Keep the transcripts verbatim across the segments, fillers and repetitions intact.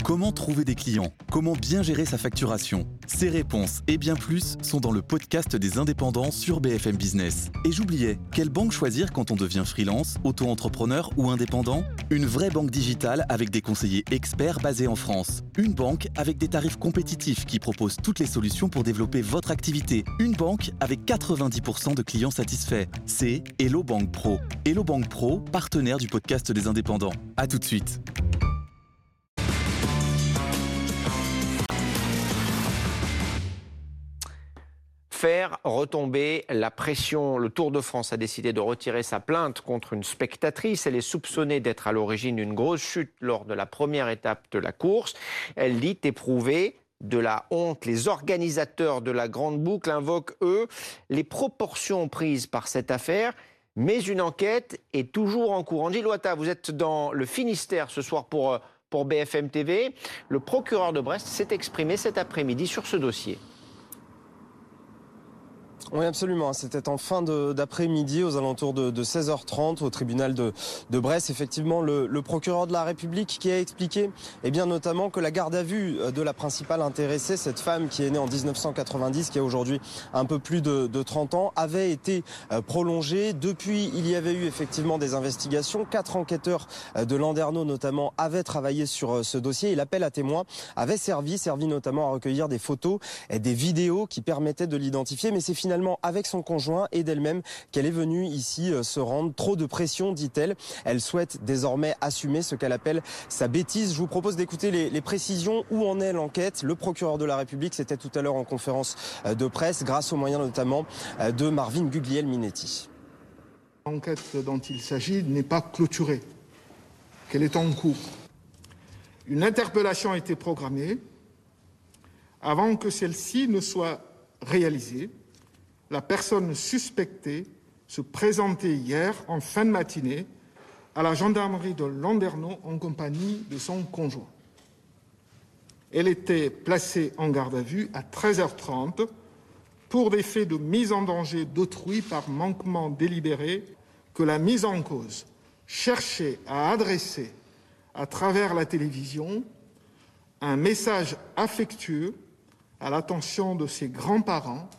Comment trouver des clients? Comment bien gérer sa facturation? Ces réponses et bien plus sont dans le podcast des indépendants sur B F M Business. Et j'oubliais, quelle banque choisir quand on devient freelance, auto-entrepreneur ou indépendant? Une vraie banque digitale avec des conseillers experts basés en France. Une banque avec des tarifs compétitifs qui propose toutes les solutions pour développer votre activité. Une banque avec quatre-vingt-dix pour cent de clients satisfaits. C'est Hello Bank Pro. Hello Bank Pro, partenaire du podcast des indépendants. À tout de suite. Faire retomber la pression. Le Tour de France a décidé de retirer sa plainte contre une spectatrice. Elle est soupçonnée d'être à l'origine d'une grosse chute lors de la première étape de la course. Elle dit éprouver de la honte. Les organisateurs de la Grande Boucle invoquent, eux, les proportions prises par cette affaire. Mais une enquête est toujours en cours. Angie Loata, vous êtes dans le Finistère ce soir pour, pour B F M T V. Le procureur de Brest s'est exprimé cet après-midi sur ce dossier. Oui, absolument. C'était en fin de, d'après-midi, aux alentours de, de seize heures trente, au tribunal de, de Brest. Effectivement, le, le procureur de la République qui a expliqué, eh bien, notamment que la garde à vue de la principale intéressée, cette femme qui est née en dix-neuf cent quatre-vingt-dix, qui a aujourd'hui un peu plus de, de trente ans, avait été euh, prolongée. Depuis, il y avait eu effectivement des investigations. Quatre enquêteurs euh, de Landerneau, notamment, avaient travaillé sur euh, ce dossier. Et l'appel à témoins avait servi, servi notamment à recueillir des photos et des vidéos qui permettaient de l'identifier. Mais c'est finalement avec son conjoint et d'elle-même qu'elle est venue ici se rendre. Trop de pression, dit-elle. Elle souhaite désormais assumer ce qu'elle appelle sa bêtise. Je vous propose d'écouter les, les précisions. Où en est l'enquête? Le procureur de la République, c'était tout à l'heure en conférence de presse, grâce aux moyens notamment de Marvin Guglielminetti. L'enquête dont il s'agit n'est pas clôturée, qu'elle est en cours. Une interpellation a été programmée. Avant que celle-ci ne soit réalisée, la personne suspectée se présentait hier en fin de matinée à la gendarmerie de Landerneau en compagnie de son conjoint. Elle était placée en garde à vue à treize heures trente pour des faits de mise en danger d'autrui par manquement délibéré que la mise en cause cherchait à adresser à travers la télévision un message affectueux à l'attention de ses grands-parents,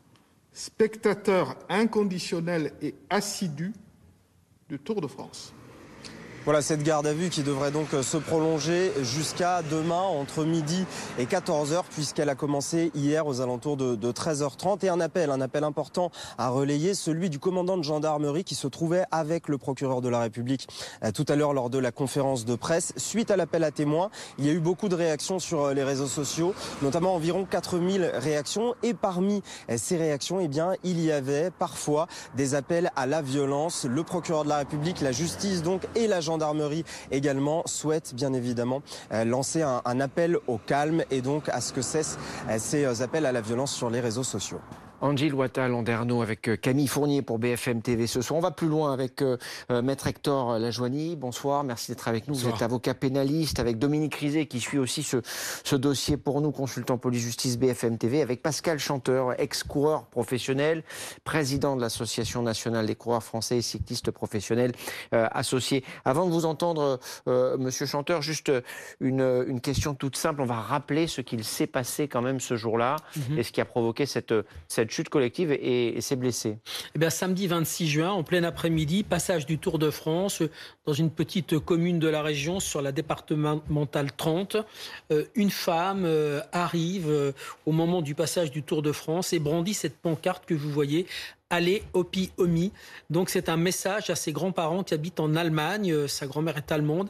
spectateur inconditionnel et assidu du Tour de France. Voilà cette garde à vue qui devrait donc se prolonger jusqu'à demain entre midi et quatorze heures, puisqu'elle a commencé hier aux alentours de, de treize heures trente. Et un appel, un appel important à relayer, celui du commandant de gendarmerie qui se trouvait avec le procureur de la République euh, tout à l'heure lors de la conférence de presse. Suite à l'appel à témoins, il y a eu beaucoup de réactions sur les réseaux sociaux, notamment environ quatre mille réactions. Et parmi ces réactions, eh bien, il y avait parfois des appels à la violence. Le procureur de la République, la justice donc et la gendarmerie également souhaite bien évidemment euh, lancer un, un appel au calme et donc à ce que cessent euh, ces appels à la violence sur les réseaux sociaux. Angie Loata, Landerneau avec Camille Fournier pour B F M T V ce soir. On va plus loin avec euh, Maître Hector Lajoigny. Bonsoir, merci d'être avec nous. Bonsoir. Vous êtes avocat pénaliste avec Dominique Rizet qui suit aussi ce, ce dossier pour nous, consultant police-justice B F M T V, avec Pascal Chanteur, ex-coureur professionnel, président de l'Association nationale des coureurs français et cyclistes professionnels euh, associés. Avant de vous entendre, euh, Monsieur Chanteur, juste une, une question toute simple. On va rappeler ce qu'il s'est passé quand même ce jour-là mm-hmm. et ce qui a provoqué cette, cette chute collective et, et ses blessés. Eh bien, samedi vingt-six juin, en plein après-midi, passage du Tour de France dans une petite commune de la région sur la départementale trente. Euh, une femme euh, arrive euh, au moment du passage du Tour de France et brandit cette pancarte que vous voyez. Allez, Opi Omi. Donc, c'est un message à ses grands-parents qui habitent en Allemagne. Sa grand-mère est allemande.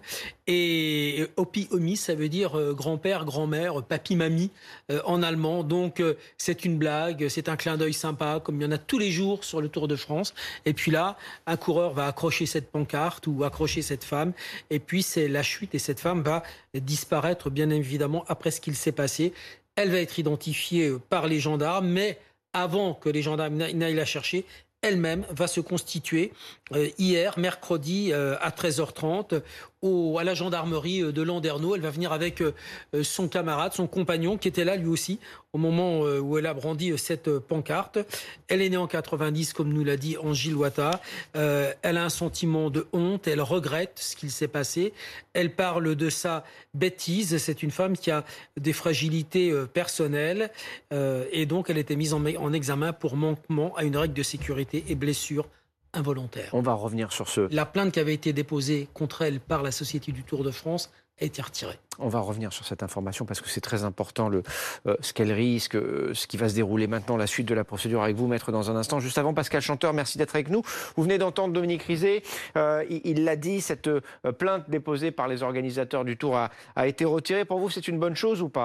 Et Opi Omi, ça veut dire grand-père, grand-mère, papi, mamie euh, en allemand. Donc, euh, c'est une blague, c'est un clin d'œil sympa, comme il y en a tous les jours sur le Tour de France. Et puis là, un coureur va accrocher cette pancarte ou accrocher cette femme. Et puis, c'est la chute et cette femme va disparaître, bien évidemment, après ce qu'il s'est passé. Elle va être identifiée par les gendarmes, mais avant que les gendarmes n'aillent la chercher, elle-même va se constituer euh, hier, mercredi, euh, à treize heures trente, au, à la gendarmerie de Landerneau. Elle va venir avec euh, son camarade, son compagnon, qui était là lui aussi au moment euh, où elle a brandi euh, cette pancarte. Elle est née en quatre-vingt-dix, comme nous l'a dit Angie Loata. Euh, elle a un sentiment de honte, elle regrette ce qu'il s'est passé. Elle parle de sa bêtise. C'est une femme qui a des fragilités euh, personnelles euh, et donc elle a été mise en, en examen pour manquement à une règle de sécurité et blessure involontaire. On va revenir sur ce... La plainte qui avait été déposée contre elle par la Société du Tour de France a été retirée. On va revenir sur cette information parce que c'est très important, le, euh, ce qu'elle risque, euh, ce qui va se dérouler maintenant, la suite de la procédure avec vous, maître, dans un instant. Juste avant, Pascal Chanteur, merci d'être avec nous. Vous venez d'entendre Dominique Rizet. Euh, il l'a dit, cette euh, plainte déposée par les organisateurs du Tour a, a été retirée. Pour vous, c'est une bonne chose ou pas ?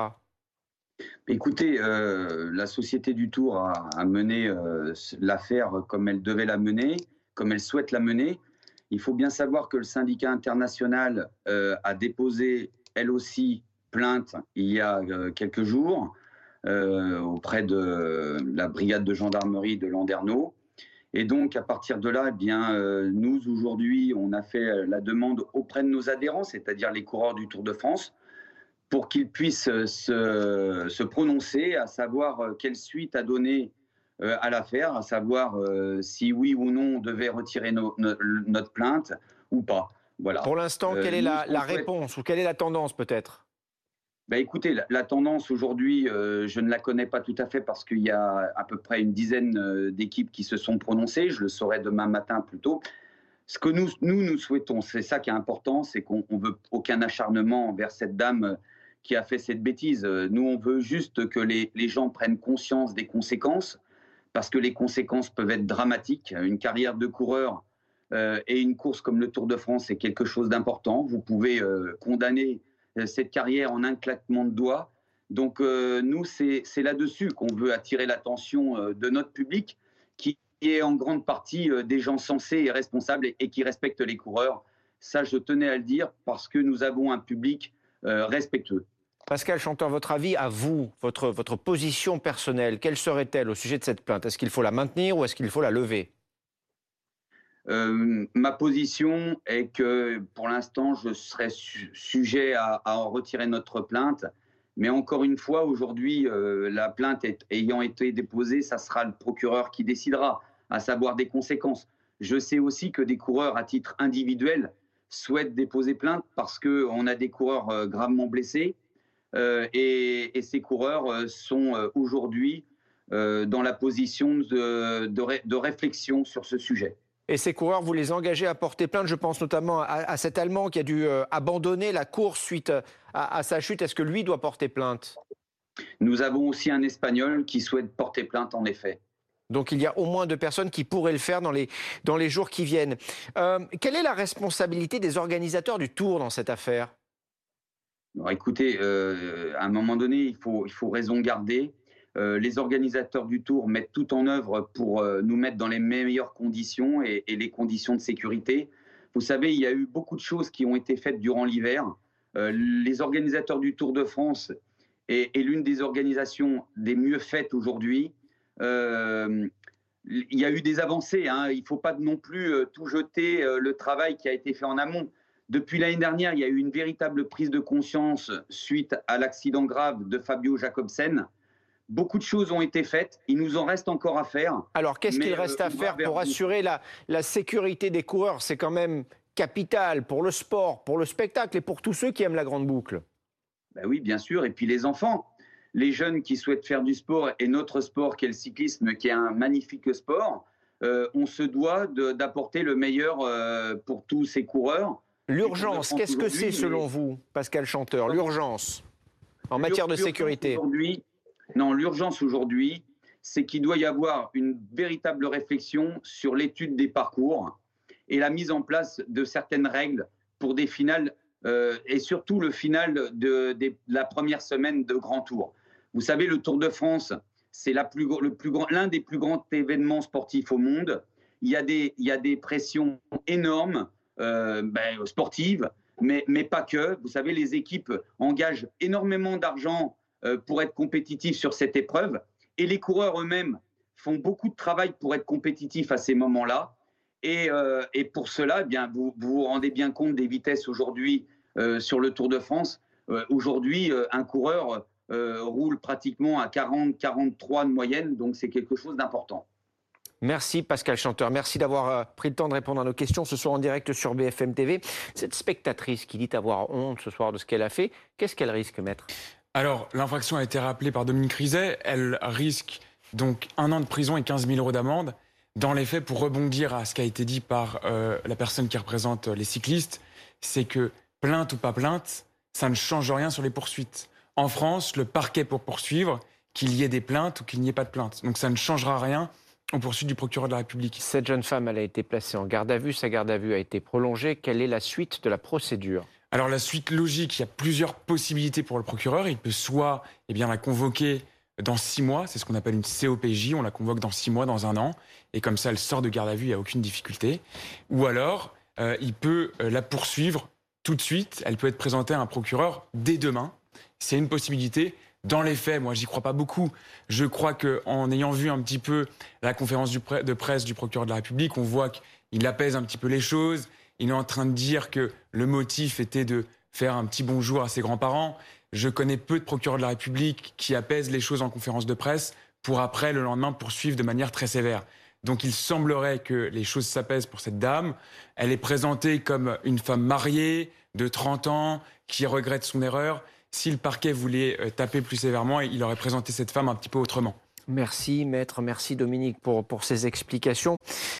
Écoutez, euh, la Société du Tour a, a mené euh, l'affaire comme elle devait la mener, comme elle souhaite la mener. Il faut bien savoir que le syndicat international euh, a déposé, elle aussi, plainte il y a euh, quelques jours euh, auprès de la brigade de gendarmerie de Landerneau. Et donc, à partir de là, eh bien, euh, nous, aujourd'hui, on a fait la demande auprès de nos adhérents, c'est-à-dire les coureurs du Tour de France, pour qu'ils puissent se, se prononcer, à savoir quelle suite à donner euh, à l'affaire, à savoir euh, si oui ou non on devait retirer no, no, notre plainte ou pas. Voilà. Pour l'instant, quelle euh, est la, la souhaite... réponse ou quelle est la tendance peut-être ? Ben écoutez, la, la tendance aujourd'hui, euh, je ne la connais pas tout à fait parce qu'il y a à peu près une dizaine euh, d'équipes qui se sont prononcées. Je le saurai demain matin plus tôt. Ce que nous, nous, nous souhaitons, c'est ça qui est important, c'est qu'on ne veut aucun acharnement envers cette dame qui a fait cette bêtise. Nous, on veut juste que les, les gens prennent conscience des conséquences, parce que les conséquences peuvent être dramatiques. Une carrière de coureur euh, et une course comme le Tour de France, c'est quelque chose d'important. Vous pouvez euh, condamner cette carrière en un claquement de doigts. Donc, euh, nous, c'est, c'est là-dessus qu'on veut attirer l'attention euh, de notre public, qui est en grande partie euh, des gens sensés et responsables et, et qui respectent les coureurs. Ça, je tenais à le dire, parce que nous avons un public euh, respectueux. Pascal Chanteur, votre avis à vous, votre, votre position personnelle, quelle serait-elle au sujet de cette plainte ? Est-ce qu'il faut la maintenir ou est-ce qu'il faut la lever ? euh, Ma position est que pour l'instant, je serais su- sujet à, à en retirer notre plainte. Mais encore une fois, aujourd'hui, euh, la plainte est, ayant été déposée, ça sera le procureur qui décidera, à savoir des conséquences. Je sais aussi que des coureurs à titre individuel souhaitent déposer plainte parce qu'on a des coureurs euh, gravement blessés. Euh, et, et ces coureurs euh, sont euh, aujourd'hui euh, dans la position de, de, ré, de réflexion sur ce sujet. Et ces coureurs, vous les engagez à porter plainte. Je pense notamment à, à cet Allemand qui a dû euh, abandonner la course suite à, à sa chute. Est-ce que lui doit porter plainte ? Nous avons aussi un Espagnol qui souhaite porter plainte, en effet. Donc il y a au moins deux personnes qui pourraient le faire dans les, dans les jours qui viennent. Euh, quelle est la responsabilité des organisateurs du Tour dans cette affaire ? Alors, écoutez, euh, à un moment donné, il faut, il faut raison garder. Euh, les organisateurs du Tour mettent tout en œuvre pour euh, nous mettre dans les meilleures conditions et, et les conditions de sécurité. Vous savez, il y a eu beaucoup de choses qui ont été faites durant l'hiver. Euh, les organisateurs du Tour de France est, est l'une des organisations des mieux faites aujourd'hui. Euh, il y a eu des avancées, hein. Il ne faut pas non plus euh, tout jeter euh, le travail qui a été fait en amont. Depuis l'année dernière, il y a eu une véritable prise de conscience suite à l'accident grave de Fabio Jacobsen. Beaucoup de choses ont été faites. Il nous en reste encore à faire. Alors, qu'est-ce qu'il reste à faire pour assurer la, la sécurité des coureurs ? C'est quand même capital pour le sport, pour le spectacle et pour tous ceux qui aiment la grande boucle. Ben oui, bien sûr. Et puis les enfants, les jeunes qui souhaitent faire du sport et notre sport qui est le cyclisme, qui est un magnifique sport, euh, on se doit de, d'apporter le meilleur euh, pour tous ces coureurs. L'urgence, qu'est-ce que c'est selon mais... vous, Pascal Chanteur, l'urgence en matière de sécurité ? Aujourd'hui, non, l'urgence aujourd'hui, c'est qu'il doit y avoir une véritable réflexion sur l'étude des parcours et la mise en place de certaines règles pour des finales euh, et surtout le final de, de, de la première semaine de Grand Tour. Vous savez, le Tour de France, c'est la plus, le plus grand, l'un des plus grands événements sportifs au monde. Il y a des, il y a des pressions énormes. Euh, ben, sportives, mais, mais pas que. Vous savez, les équipes engagent énormément d'argent euh, pour être compétitifs sur cette épreuve et les coureurs eux-mêmes font beaucoup de travail pour être compétitifs à ces moments-là. Et, euh, et pour cela, eh bien, vous, vous vous rendez bien compte des vitesses aujourd'hui euh, sur le Tour de France. Euh, aujourd'hui, euh, un coureur euh, roule pratiquement à quarante quarante-trois de moyenne, donc c'est quelque chose d'important. Merci Pascal Chanteur, merci d'avoir euh, pris le temps de répondre à nos questions ce soir en direct sur B F M T V. Cette spectatrice qui dit avoir honte ce soir de ce qu'elle a fait, qu'est-ce qu'elle risque, maître? Alors, l'infraction a été rappelée par Dominique Rizet. Elle risque donc un an de prison et quinze mille euros d'amende. Dans les faits, pour rebondir à ce qui a été dit par euh, la personne qui représente les cyclistes, c'est que plainte ou pas plainte, ça ne change rien sur les poursuites. En France, le parquet pour poursuivre, qu'il y ait des plaintes ou qu'il n'y ait pas de plaintes. Donc ça ne changera rien aux poursuites du procureur de la République. Cette jeune femme, elle a été placée en garde à vue. Sa garde à vue a été prolongée. Quelle est la suite de la procédure? Alors la suite logique, il y a plusieurs possibilités pour le procureur. Il peut soit eh bien, la convoquer dans six mois, c'est ce qu'on appelle une C O P J, on la convoque dans six mois, dans un an, et comme ça elle sort de garde à vue, il n'y a aucune difficulté. Ou alors, euh, il peut euh, la poursuivre tout de suite, elle peut être présentée à un procureur dès demain. C'est une possibilité. Dans les faits, moi j'y crois pas beaucoup. Je crois qu'en ayant vu un petit peu la conférence du pre- de presse du procureur de la République, on voit qu'il apaise un petit peu les choses. Il est en train de dire que le motif était de faire un petit bonjour à ses grands-parents. Je connais peu de procureurs de la République qui apaisent les choses en conférence de presse pour après, le lendemain, poursuivre de manière très sévère. Donc il semblerait que les choses s'apaisent pour cette dame. Elle est présentée comme une femme mariée de trente ans qui regrette son erreur. Si le parquet voulait taper plus sévèrement, il aurait présenté cette femme un petit peu autrement. Merci maître, merci Dominique pour, pour ces explications.